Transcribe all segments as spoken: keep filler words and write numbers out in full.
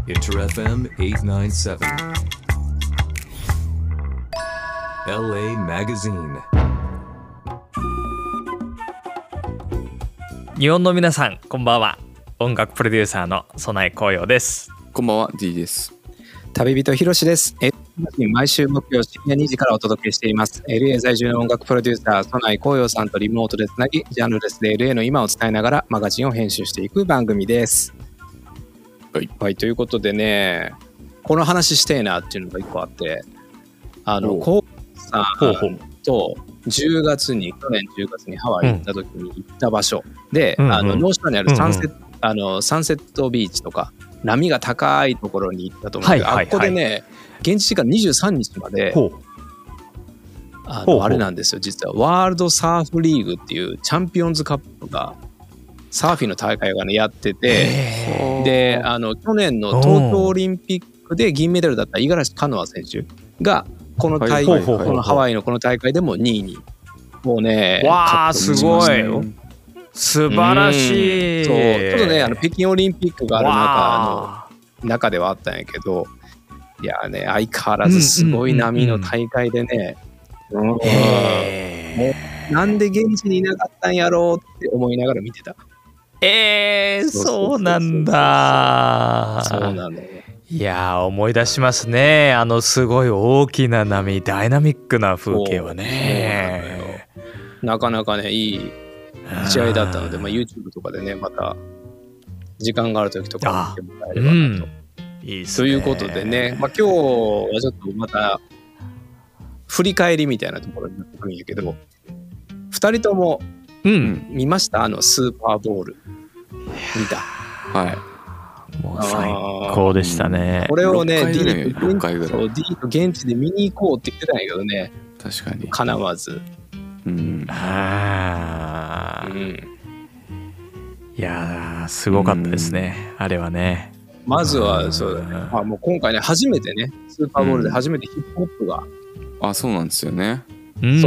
インター エフエム はちきゅうななな エルエー Magazine。 日本の皆さんこんばんは。音楽プロデューサーの曽内光陽です。 こんばんは D です。 旅人ひろしです。毎週木曜深夜にじからお届けしています。 エルエー 在住の音楽プロデューサー曽内光陽さんとリモートでつなぎ、ジャンルレスで エルエー の今を伝えながらマガジンを編集していく番組です。はい、はい、ということでね、この話してえなっていうのが一個あって、あの光陽さんとじゅうがつに去年じゅうがつにハワイに行った時に行った場所で、うん、あのノーショアにあるサンセット、うんうん、あのサンセットビーチとか波が高いところに行ったと思うんですけど、はいはいはい、あここでね現地時間にじゅうさんにちまであのほうほうあれなんですよ、実はワールドサーフリーグっていうチャンピオンズカップがサーフィンの大会がねやってて、であの去年の東京オリンピックで銀メダルだった五十嵐カノア選手がこの大会、このハワイのこの大会でもにいにもうねわーすごい素晴らしい。 そうちょっとねあの北京オリンピックがある中の中ではあったんやけど、いやね相変わらずすごい波の大会でね、うんうんうん、もうなんで現地にいなかったんやろうって思いながら見てた。 えー、そうなんだ。 そうなのよ。 いや思い出しますね、あのすごい大きな波、ダイナミックな風景はね。 なかなかねいい試合だったので、まあ、YouTube とかでねまた時間がある時とか見てもらえればなと、うん、いいっすね。ということでね、まあ、今日はちょっとまた振り返りみたいなところになってくるんやけど、ふたりとも見ました、うん、あのスーパーボール見た。 はい、 もう最高でしたね。 これをね D と現地で見に行こうって言ってたんやけどね、 確かに叶わず。 うん、あ、うん、いやすごかったですね、うん、あれはね。 まずはそうだね、まあ、もう今回ね初めてねスーパーボールで初めてヒップホップが、 うん、あそうなんですよね、 うん、そう、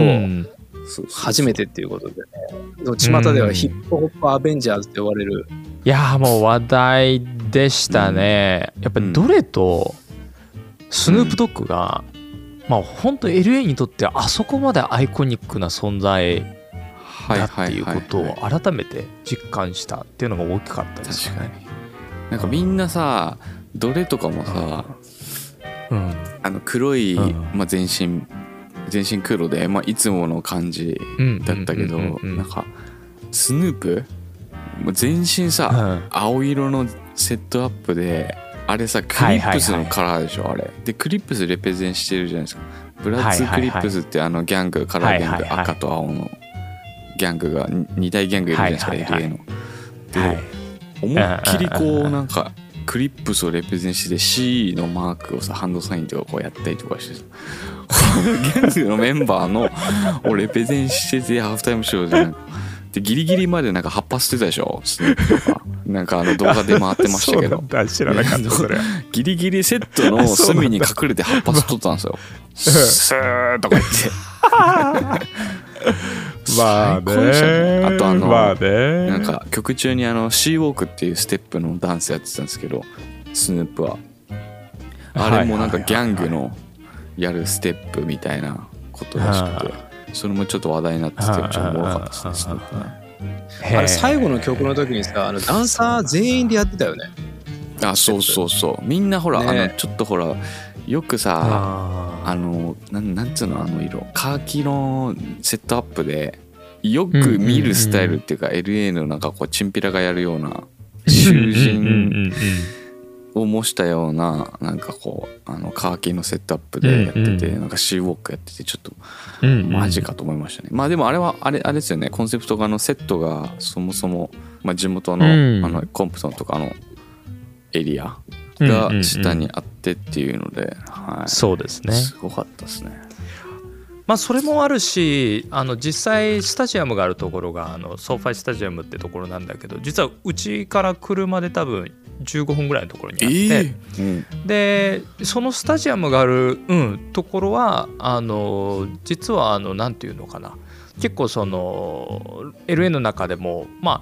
そう初めてっていうことでね、巷ではヒップホップアベンジャーズって呼ばれる、 いやもう話題でしたね、うん、やっぱりどれとスヌープドッグが、うんまあ、本当 エルエー にとってあそこまでアイコニックな存在だっていうことを改めて実感したっていうのが大きかったですね。 確かになんかみんなさどれとかもさ、うん、あの黒い、うんまあ、全身全身黒で、まあ、いつもの感じだったけど、なんかスヌープ全身さ、うん、青色のセットアップであれさクリップスのカラーでしょ、はいはいはい、あれでクリップスレペゼンしてるじゃないですか。ブラッツクリップスってあのギャングカラーギャング、はいはいはい、赤と青のギャングがに大ギャングいるじゃないですか、はいはいはい、エルエー ので、はい、思いっきりこうなんかクリップスをレペゼンして C のマークをさハンドサインとかこうやったりとかしてさギャングのメンバーのをレペゼンしててハーフタイムショーじゃんでギリギリまでなんか葉っぱ捨てたでしょスヌープとかなんかあの動画で回ってましたけど知らなかったそれギリギリセットの隅に隠れて葉っぱ捨てとったんですよスーとか言ってまあね、 あとあの、 まあね、 なんか曲中にあのシーウォークっていうステップのダンスやってたんですけどスヌープはあれもなんかギャングのやるステップみたいなことらしくて、それもちょっと話題になっててちょっとおもろかったですねスヌープね。 あれ最後の曲の時にさあのダンサー全員でやってたよね。 あそうそうそうみんなほら、ね、あのちょっとほらよくさ あ, あの な, なんつうのあの色カーキのセットアップでよく見るスタイルっていうか、うんうんうん、エルエー のなんかこうチンピラがやるような囚人を模したようななんかこうあのカーキのセットアップでやってて、うんうん、なんかシーウォークやっててちょっとマジかと思いましたね、うんうん、まあでもあれはあれあれですよねコンセプトがあのセットがそもそも、まあ、地元の、うん、あのコンプトンとかのエリアが下にあってっていうので、うんうんうんはい、 そうですねすごかったですね。 まあそれもあるしあの実際スタジアムがあるところがあのソーファイスタジアムってところなんだけど実はうちから車で多分じゅうごふんぐらいのところにあって、えーうん、でそのスタジアムがある、うん、ところはあの実はあのなんていうのかな結構その エルエー の中でもまあ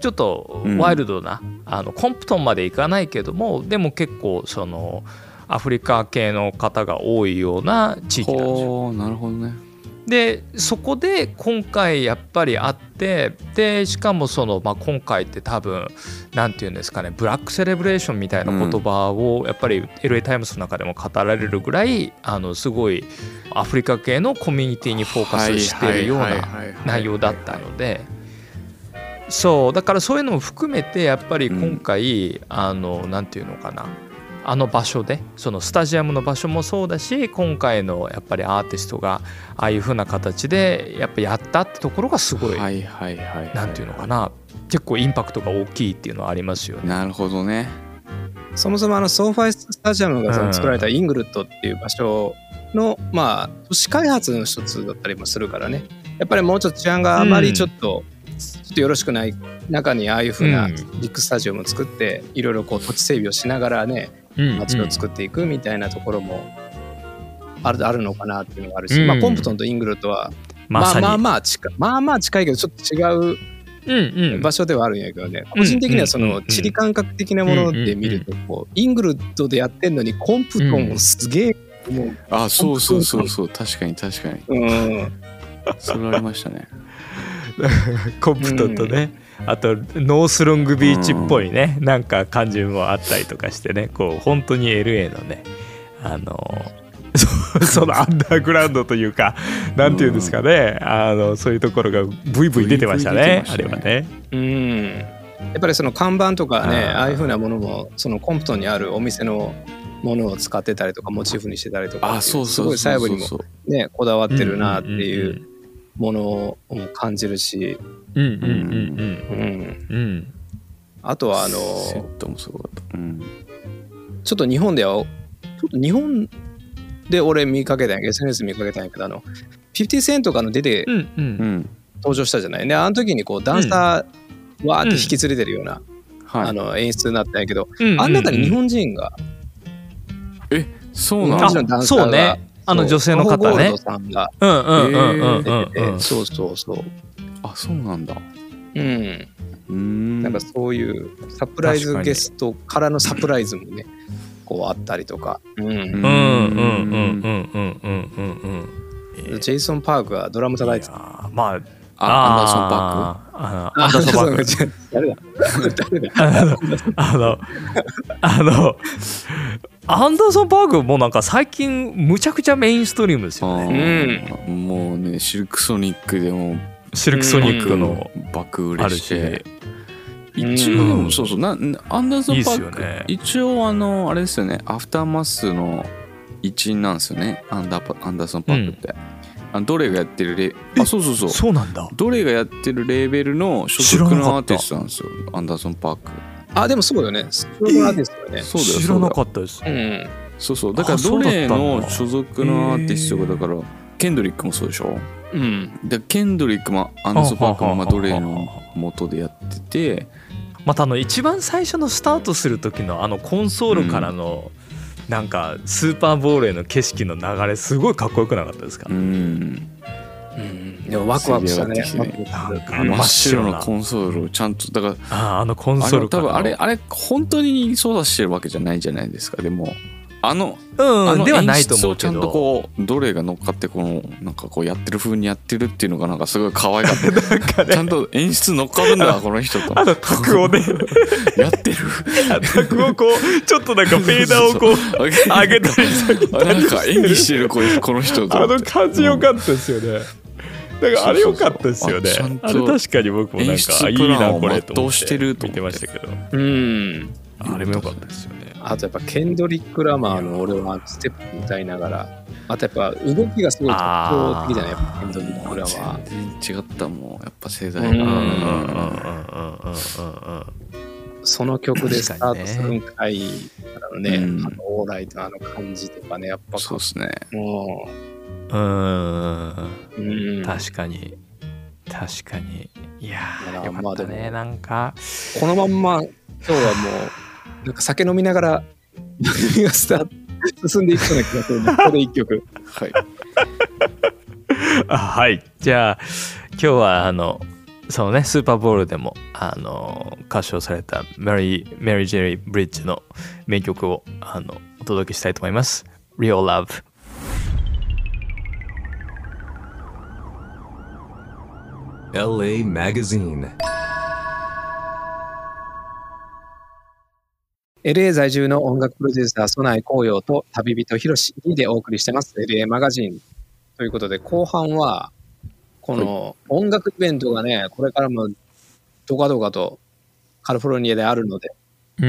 ちょっとワイルドな、うん、あのコンプトンまで行かないけどもでも結構そのアフリカ系の方が多いような地域なんですよ。 なるほどね。 でそこで今回やっぱりあってでしかもその、まあ、今回って多分なんていうんですかねブラックセレブレーションみたいな言葉をやっぱり エルエー タイムズの中でも語られるぐらいあのすごいアフリカ系のコミュニティにフォーカスしているような内容だったのでそうだからそういうのも含めてやっぱり今回、うん、あのなんていうのかなあの場所でそのスタジアムの場所もそうだし今回のやっぱりアーティストがああいう風な形でやっぱやったってところがすごいなんていうのかな結構インパクトが大きいっていうのはありますよね。 なるほどね。 そもそもあのソーファイスタジアムが作られたイングルッドっていう場所のまあ都市開発の一つだったりもするからねやっぱりもうちょっと治安があまりちょっと、うん、ちょっとよろしくない中にああいう風なビッグスタジアムを作っていろいろこう土地整備をしながらね街を作っていくみたいなところもある、あるのかなっていうのがあるし、うんまあ、コンプトンとイングルッドはまあまあまあ近いまあまあ近いけどちょっと違う場所ではあるんやけどね、個人的にはその地理感覚的なもので見るとこうイングルッドでやってんのにコンプトンもすげえもうあそうそうそうそう確かに確かにうんそれありましたねコンプトンとね、うん、あとノースロングビーチっぽいね、うん、なんか感じもあったりとかしてねこう本当に エルエー のねあのそ, そのアンダーグラウンドというかなんていうんですかね、うん、あのそういうところがブイブイ出てましたねあれはね。 うんやっぱりその看板とかね あ, ああいう風なものもそのコンプトンにあるお店のものを使ってたりとかモチーフにしてたりとかすごい細部にもねこだわってるなっていうものを感じるしうんうんうんうんうんうんあとはあのセットもすごかった、うん、 ちょっと日本ではちょっと日本で俺見かけたんや エスエヌエス 見かけたんやけどあのフィフティセントがの出て登場したじゃないねあの時にこうダンサーわーって引き連れてるような、うん、あの演出になったんやけど、うん、あん中に日本人が、 うん、えそうなん日本人のダンサーがそうねあの女性の方ね。 さんがうんうんうんうんうん。 そうそうそう。 あ、そうなんだ。 うん。うん。なんかそういうサプライズゲストからのサプライズもね、こうあったりとか。うん。うんうんうんうんうんうんうん。ジェイソン・パークがドラム叩いてた。 まあ。 あアンダーソン・パーク。アンダーソン・パーク。誰だ誰だあのあのあのアンダーソン・パークもなんか最近むちゃくちゃメインストリームですよね、 うん、もうねシルクソニックでもシルクソニックの爆売れして一応でもそうそうなアンダーソン・パーク、ね、一応あのあれですよねアフターマッスの一員なんですよねアンダー、アンダーソン・パークって、うんあのどれがやってるレあそうそうそうそうなんだどれがやってるレーベルの所属のアーティストなんですよアンダーソン・パークあでもそうだよね所属のアーティストだよね、えー、 そうだよ知らなかったです、 うん、 そうそうだからどれの所属のアーティストがだからケンドリックもそうでしょうんでケンドリックもアンダーソン・パークもまあどれの元でやっててまたあの一番最初のスタートする時のあのコンソールからの、うんなんかスーパーボールへの景色の流れすごいかっこよくなかったですかうん、 うん、でもワクワクしたねなんかあの真っ白のコンソールをちゃんとだからああのコンソール多分あれあれ本当に操作してるわけじゃないじゃないですかでもあの、 うん、 あのではないと思うけどちゃんとこうどれが乗っかってこのなんかこうやってる風にやってるっていうのがなんかすごい可愛かったなんか、ね、ちゃんと演出乗っかるんだこの人とあの卓をねやってる卓をこうちょっとなんかフェーダーをこう上げたり下げたりなんか演技してるこの人とあの感じ良かったですよね、うんだからあれ良かったですよね。そうそうそう あ, あれ確かに僕もなんかいいなこれと思って見てましたけど。うん。あれも良かったですよね。 あとやっぱケンドリック・ラマーの俺はステップ歌いながら、あとやっぱ動きがすごい特徴的じゃないやっぱケンドリック・ラマー。 全然違ったもんやっぱ世代が。 その曲でスタートするんかいからのね、うん、あのオーライとあの感じとかねやっぱそうですね。 もう。うんうん確かに確かにいやーよかったねなんかこのまんま今日はもうなんか酒飲みながら番組がスタート進んでいくような気がするここで一曲はいあはいじゃあ今日はあのそのねスーパーボウルでもあの歌唱されたメリー・メリー・ジェリー・ブリッジの名曲をあのお届けしたいと思います。 Real Love。 エルエー Magazine。 エルエー 在住の音楽プロデューサー、曽内光陽と旅人ひろしでお送りしてます エルエー マガジンということで、後半はこの音楽イベントがね、これからもどかどかとカリフォルニアであるので、 うん、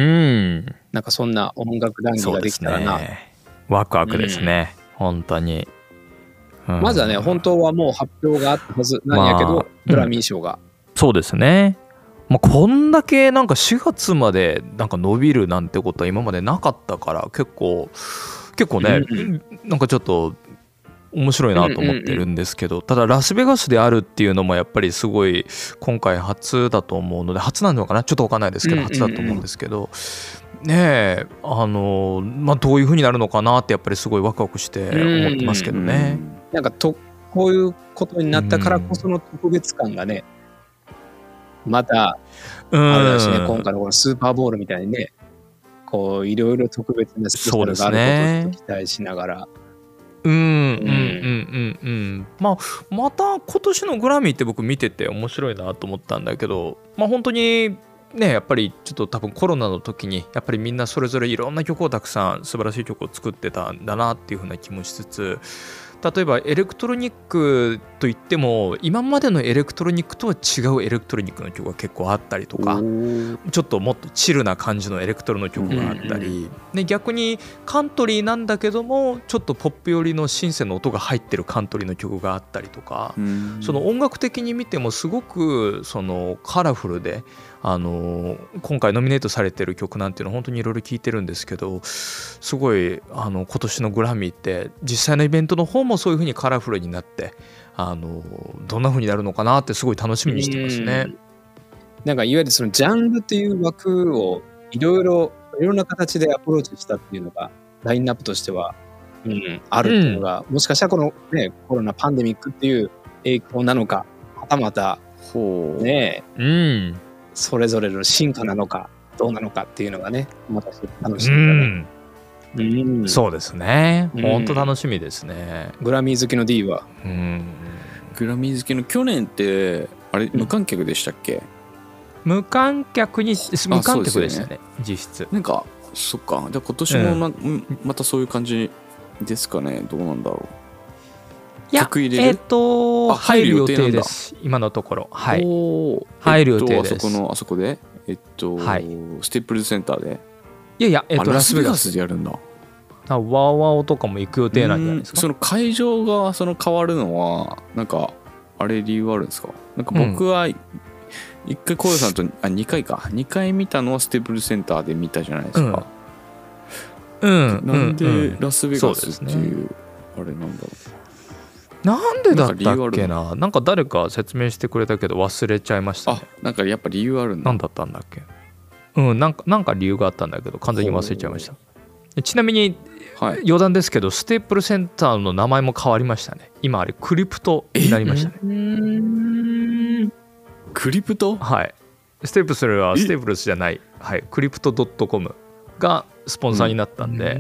なんかそんな音楽談義ができたらな。 ね、ワクワクですね、うん、本当に、うん、 まずはね、本当はもう発表があったはずなんやけど、まあ、グラミー賞が、 うん、そうですね。まあ、こんだけなんかしがつまでなんか伸びるなんてことは今までなかったから、結構結構ね、うん、なんかちょっと面白いなと思ってるんですけど、ただラスベガスであるっていうのもやっぱりすごい今回初だと思うので、初なのかなちょっと分かんないですけど、初だと思うんですけどねえ、あのまあどういう風になるのかなってやっぱりすごいワクワクして思ってますけどね。 なんかとこういうことになったからこその特別感がね、またあれだしね、今回のこのスーパーボウルみたいにね、こういろいろ特別なスペシャルがあることを期待しながら。 うんうんうんうんうん。まあまた今年のグラミーって僕見てて面白いなと思ったんだけど、まあ本当にねやっぱりちょっと多分コロナの時にやっぱりみんなそれぞれいろんな曲をたくさん素晴らしい曲を作ってたんだなっていう風な気もしつつ、例えばエレクトロニックといっても今までのエレクトロニックとは違うエレクトロニックの曲が結構あったりとか、ちょっともっとチルな感じのエレクトロの曲があったり、で逆にカントリーなんだけどもちょっとポップ寄りのシンセの音が入ってるカントリーの曲があったりとか、その音楽的に見てもすごくそのカラフルで、あの今回ノミネートされてる曲なんていうのは本当にいろいろ聴いてるんですけど、すごいあの今年のグラミーって実際のイベントの方もそういう風にカラフルになって、あのどんな風になるのかなってすごい楽しみにしてますね。 なんかいわゆるそのジャンルっていう枠をいろいろいろんな形でアプローチしたっていうのがラインナップとしては、うん、あるっていうのが、うん、もしかしたらこの、ね、コロナパンデミックっていう影響なのか、はたまたね、うん、それぞれの進化なのかどうなのかっていうのがね、また楽しみだね。うんうん、そうですね、うん、本当楽しみですね。 グラミー好きの D は、 うん、グラミー好きの去年ってあれ無観客でしたっけ？ うん、無観客に無観客でした ね, ね実質。 なんかそっか、じゃあ今年も、まうん、またそういう感じですかね。どうなんだろう。 いや曲入れる、 えっ、ー、と入る予定です。今のところ、はい、入る予定です。 あそこのあそこでえっと、はい、ステープルズセンターで。 いやいや、えっと、 ラスベガスでやるんだ。 あ、ワーワオとかも行く予定なんじゃないですか。 その会場がその変わるのはなんかあれ理由あるんですか？なんか僕は一回コヨさんと、うん、あにかいかにかい見たのはステープルセンターで見たじゃないですか。 うん、うん、 なんでラスベガスっていう、うん、あれなんだろう。なんでだったっけな。なんか誰か説明してくれたけど忘れちゃいましたね。 あ、なんかやっぱ理由あるんだ。 なんだったんだっけ。うん、なんか、なんか理由があったんだけど完全に忘れちゃいました。ちなみに、はい、余談ですけどステープルセンターの名前も変わりましたね。今あれクリプトになりましたね。 クリプト？ はい。ステープスルはステープルスじゃない、はい、クリプト .com がスポンサーになったんで、うん、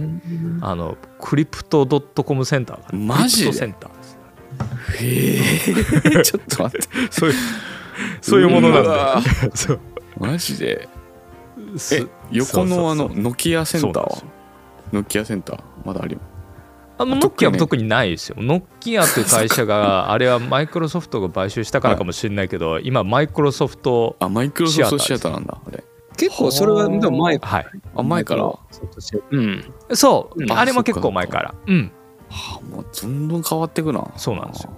あのクリプト .com センターがマジでセンターです。 へえちょっと待ってそういうそういうものなんだ。そうマジで。え、横のあのノキアセンターはノキアセンターまだあります。 あのノキアは特にないですよ。ノキアという会社があれはマイクロソフトが買収したからかもしれないけど、はい、今マイクロソフトあマイクロソフトシアターなんだあれ。 結構それはでも前から、はい、 あ前からうん、そう、うん、あれも結構前から。うん。 はあ、もうどんどん変わっていくな。 そうなんですよ。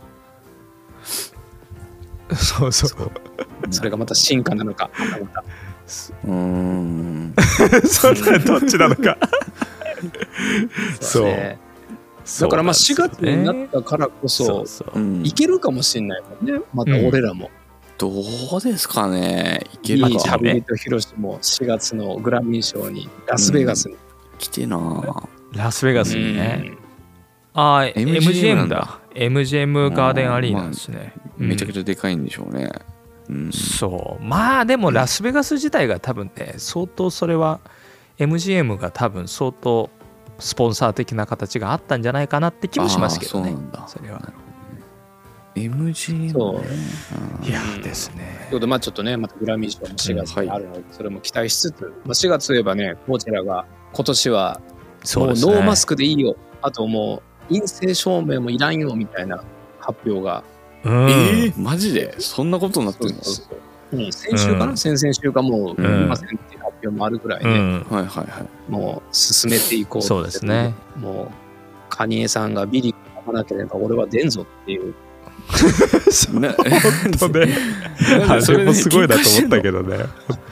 そうそう。 それがまた進化なのか。 うーんそんなどっちなのかそう、ね、 だからまあしがつになったからこそいけるかもしれないもんね。また俺らも、 うん、どうですかね。いけるか。 いい旅人ひろしもしがつのグラミー賞にラスベガスに、うん、 来てな。 ラスベガスにね、うん、ああ エムジーエム だ。 エムジーエム ガーデンアリーナですね、 まあ、めちゃくちゃでかいんでしょうね。 うん、 そうまあでもラスベガス自体が多分ね相当それは エムジーエム が多分相当スポンサー的な形があったんじゃないかなって気もしますけどね。 そうなんだ。 それは。 エムジーエムそういやですね。 ということでまあちょっとねまたグラミー賞もしがつにあるので、それも期待しつつ、まあ、しがつといえばねコーチェラが今年はもうノーマスクでいいよ、あともう陰性証明もいらんよみたいな発表が、 うん、 えー、マジでそんなことになってるの？ そうそうそう、うん、先週かな、うん、先々週かもういりませんっていう発表もあるぐらいで、うん、はいはいはい、もう進めていこうって。 そうですね。 もうカニエさんがビリーがなければ俺は出んぞっていう本当ねあれもすごいなと思ったけどね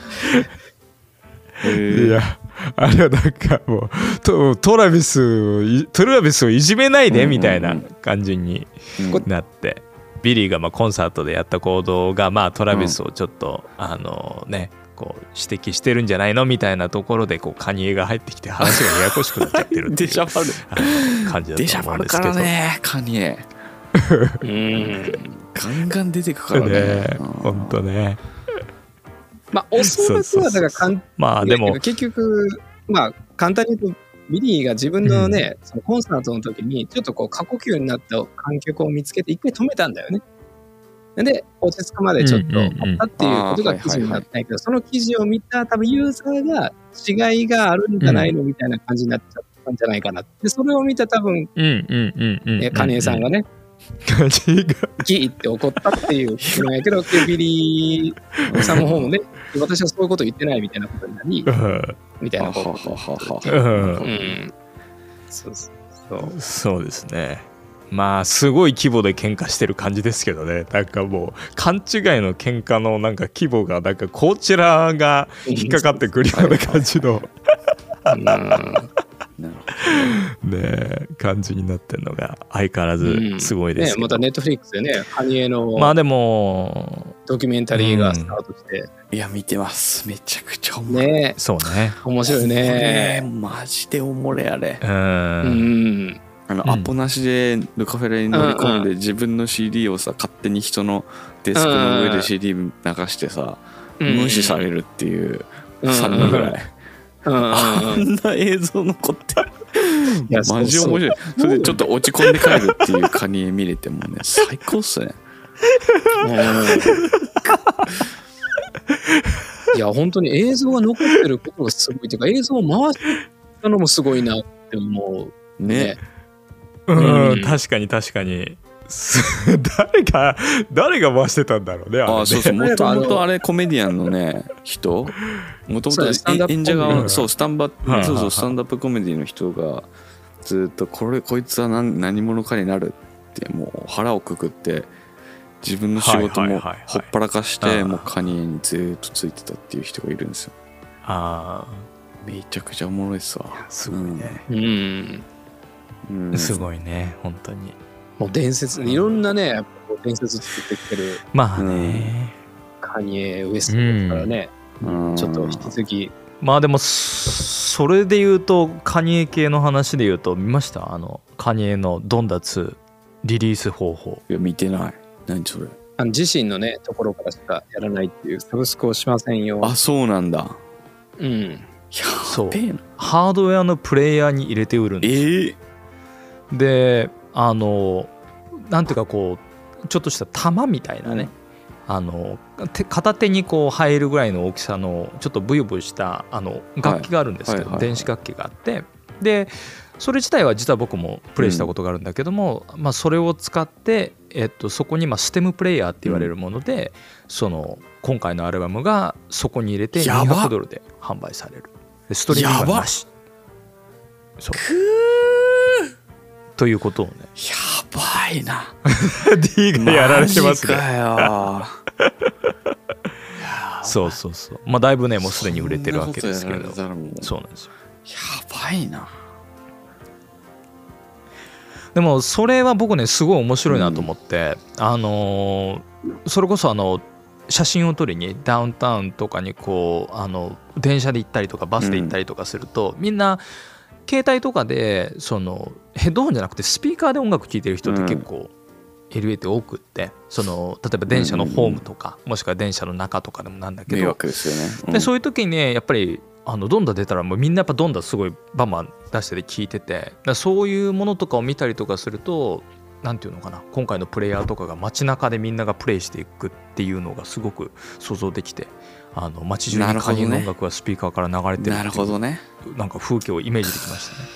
いやあれはなんかもう ト, トラビストラビスをいじめないでみたいな感じになって、うんうんうん、ビリーがまあコンサートでやった行動がまあトラビスをちょっと、うん、あのねこう指摘してるんじゃないのみたいなところでこうカニエが入ってきて話がややこしくなっちゃってるっていうデジャバル感じだと思うんですけど、 デジャバルからねカニエうんガンガン出てくからね本当ね。 まあおそらくはだからかんまあでも結局まあ簡単に言うとビリーが自分のね、うん、そのコンサートの時にちょっとこう過呼吸になった観客を見つけて一回止めたんだよね。で落ち着くまでちょっと追ったっていうことが記事になってないけど、その記事を見た多分ユーザーが違いがあるんじゃないのみたいな感じになっちゃったんじゃないかな。でそれを見た多分カニエさんがねギーって怒ったっていうことなんやけど、ビリーさんの方もね私はそういうこと言ってないみたいなことになりみたいなこと、そうそうそうですね。まあすごい規模で喧嘩してる感じですけどね。なんかもう勘違いの喧嘩のなんか規模がなんかこちらが引っかかってくるような感じのね感じになってるのが相変わらずすごいですけど、 うんね、またネットフリックスでねカニエのまあでもドキュメンタリーがスタートして、うん、 いや見てます。めちゃくちゃおもろいね。 そうね面白いね。 マジでおもれあれ。 うん、うんあの、うん、アポなしでルカフェレに乗り込んで、うん、自分の シーディー をさ勝手に人のデスクの上で シーディー 流してさ、うん、無視されるっていうさんにんぐらい、うん、あんな映像残ってマジ面白い。それでちょっと落ち込んで帰るっていうカニエ見れてもね最高っすね。 いや本当に映像が残ってることがすごいっていうか、映像を回したのもすごいなって思うね。ねうん、うん、確かに確かに誰が誰が回してたんだろうね。あれね、 あそうそう、もともとあれコメディアンのね人、もともと演者がそうスタンバそうそうスタンダップコメディの人がずっとこれこいつは 何, 何者かになるってもう腹をくくって自分の仕事もほっぱらかしてもうカニエにずっとついてたっていう人がいるんですよ。 あめちゃくちゃおもろいっすわ。 すごいね。 うん、 うん、すごいね本当に。 もう伝説いろんなね伝説作ってきてるまあね、 うん、カニエ・ウエストですからね、うん、ちょっと引き続きまあでもそれで言うとカニエ系の話で言うと見ました？あのカニエのドンダツーリリース方法。 いや見てない。何それ？ あの自身のねところからしかやらないっていうサブスクをしませんよ。 あそうなんだ。 うん。 そうハードウェアのプレイヤーに入れて売るんです。 えー、であのなんていうかこうちょっとした玉みたいなね、うん、あの片手にこう入るぐらいの大きさのちょっとブヨブヨしたあの楽器があるんですけど、はいはいはいはい、電子楽器があってでそれ自体は実は僕もプレイしたことがあるんだけども、うんまあ、それを使って、えっと、そこにまあステムプレイヤーって言われるもので、うん、その今回のアルバムがそこに入れてにひゃくドルで販売される。ストリーミングはなし。そうということをね。 やばいな。 D がやられてますね。 マジかよ。 そうそうそう。まあだいぶねもうすでに売れてるわけですけど。そうなんですよ。 やばいな。 でもそれは僕ねすごい面白いなと思って、うん、あのー、それこそあの写真を撮りにダウンタウンとかにこうあの電車で行ったりとかバスで行ったりとかすると、うん、みんな携帯とかでそのヘッドホンじゃなくてスピーカーで音楽聴いてる人って結構エルエー って多くって、その例えば電車のホームとか、もしくは電車の中とかでもなんだけど、 迷惑ですよね、うん、 でそういう時にねやっぱりあのドンダ出たらもうみんなやっぱドンダすごいバンバン出してて聞いてて、だそういうものとかを見たりとかすると、なんていうのかな、今回のプレイヤーとかが街中でみんながプレイしていくっていうのがすごく想像できて、あの街中にカニの音楽がスピーカーから流れてるっていう、 なるほどね、 なんか風景をイメージできましたね。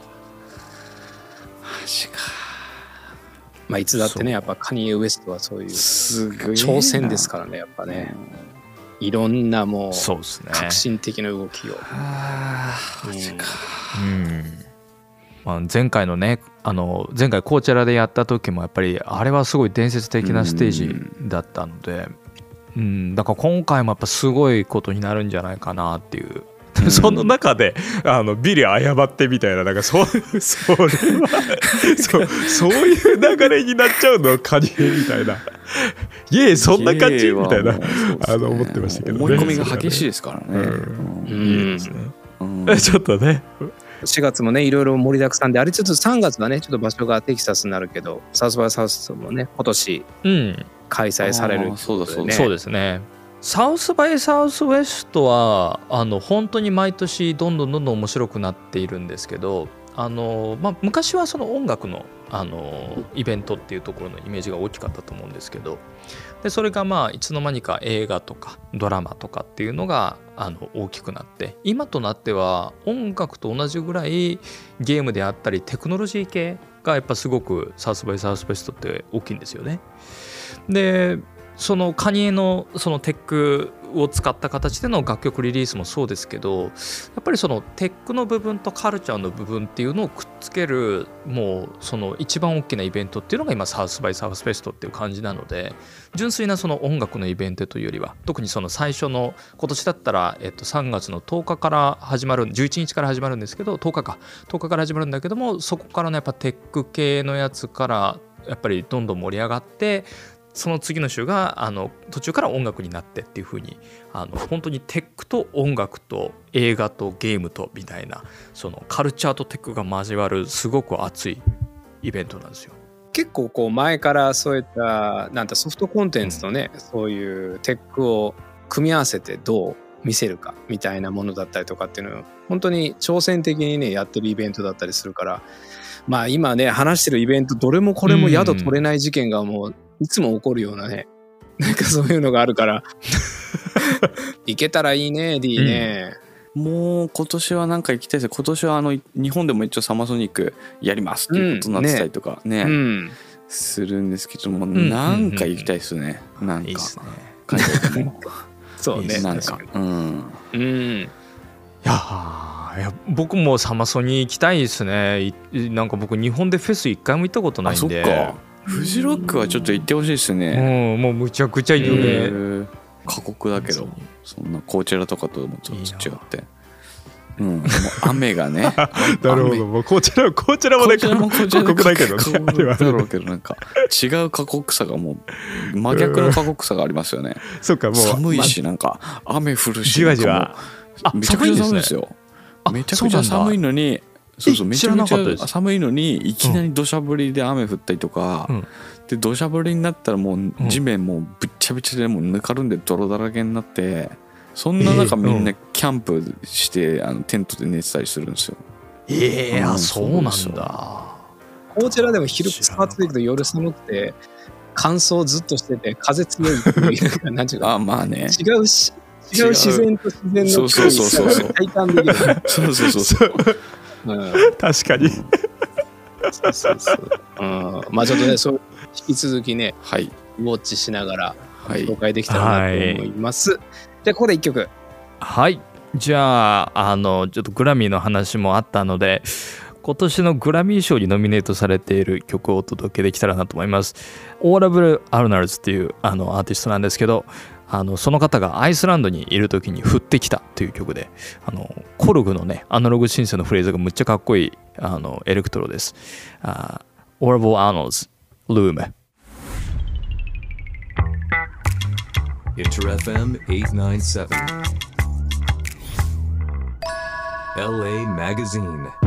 マジか。 まあいつだってねやっぱカニエ・ウエストはそういう挑戦ですからね、やっぱね、いろんなもう革新的な動きを。 ああ、マジか。 うん。まあ、前回のねあの前回コーチェラでやった時もやっぱりあれはすごい伝説的なステージだったので、うん、だから今回もやっぱすごいことになるんじゃないかなっていう。その中であのビリ謝ってみたいな、なんかそそれはそ, そういう流れになっちゃうのカニエみたいな、イエーそんな感じみたいな、あの思ってましたけど、ね、 思い込みが激しいですからね。うん、 いいですね、うん、ちょっとねしがつもねいろいろ盛りだくさんでありつつ、さんがつはねちょっと場所がテキサスになるけど、サウスバイサウスもね今年開催される、 うん、そうだそうだ、そうですね。サウスバイサウスウェストはあの本当に毎年どんどんどんどん面白くなっているんですけど、あの、まあ、昔はその音楽の、あのイベントっていうところのイメージが大きかったと思うんですけど、でそれがまあいつの間にか映画とかドラマとかっていうのがあの大きくなって、今となっては音楽と同じぐらいゲームであったりテクノロジー系がやっぱすごくサウスバイサウスウェストって大きいんですよね。でそのカニエのそのテックを使った形での楽曲リリースもそうですけど、やっぱりそのテックの部分とカルチャーの部分っていうのをくっつける、もうその一番大きなイベントっていうのが今サウスバイサウスフェストっていう感じなので、純粋なその音楽のイベントというよりは、特にその最初の今年だったらえっとさんがつのとおかから始まる、じゅういちにちから始まるんですけど、とおかかとおかから始まるんだけども、そこからのやっぱテック系のやつからやっぱりどんどん盛り上がって、その次の週があの途中から音楽になってっていう風に、あの本当にテックと音楽と映画とゲームとみたいな、そのカルチャーとテックが交わるすごく熱いイベントなんですよ。 結構こう前からそういったなんてソフトコンテンツとね、うん、そういうテックを組み合わせてどう見せるかみたいなものだったりとかっていうのを本当に挑戦的にねやってるイベントだったりするから、まあ今ね話してるイベントどれもこれも宿取れない事件がもういつも起こるようなね、なんかそういうのがあるから行けたらいいね D ね、 うん、もう今年はなんか行きたいです。今年はあの日本でも一応サマーソニックやりますっていうことになってたりとか ね,、うん、ね、うん、するんですけども、なんか行きたいですね、うん、なんかいいですね、海外もそうね、 なんかうん、うん、 いやいや僕もサマソニ行きたいですね。なんか僕日本でフェス一回も行ったことないんで。 あ、そっか。フジロックはちょっと行ってほしいですね。 うん、もうむちゃくちゃ有名。 過酷だけど、そんなコーチェラとかともちょっと違って。うん、もう雨がね。 なるほど。もうコーチェラコーチェラもね過酷だけどね。 あれはだろうけどなんか違う過酷さがもう真逆の過酷さがありますよね。 そっか、もう寒いしなんか雨降るし、 じわじわ。 めちゃくちゃ寒いですよ。めちゃくちゃ寒いのに、そうそう、めちゃくちゃ寒いのにいきなり土砂降りで雨降ったりとか、うん、で土砂降りになったらもう地面もうぶっちゃぶちゃでもうぬかるんで泥だらけになって、そんな中みんなキャンプしてあのテントで寝てたりするんですよ。 ええー、あ、そうなんだ。 こちらでも昼くさ暑いけど夜寒くて乾燥ずっとしてて風強いっていうなんていうか、 あ、まあね、 違うし違う自然と自然のそうそうそうそう体感できる。 そうそうそうそう。 うん、確かに。 そうそうそう。うん、まあちょっとね、そう引き続きね、 はい、 ウォッチしながら紹介できたらなと思います。はい、でここで一曲。 はい。じゃああのちょっとグラミーの話もあったので、今年のグラミー賞にノミネートされている曲をお届けできたらなと思います。オーラブル・アルナルズっていうあのアーティストなんですけど、あのその方がアイスランドにいる時に降ってきたという曲で、あのコルグのねアナログシンセのフレーズがむっちゃかっこいいあのエレクトロです。uh, Orville Arnold's Loom。 Inter エフエム エイトナインセブン エルエー Magazine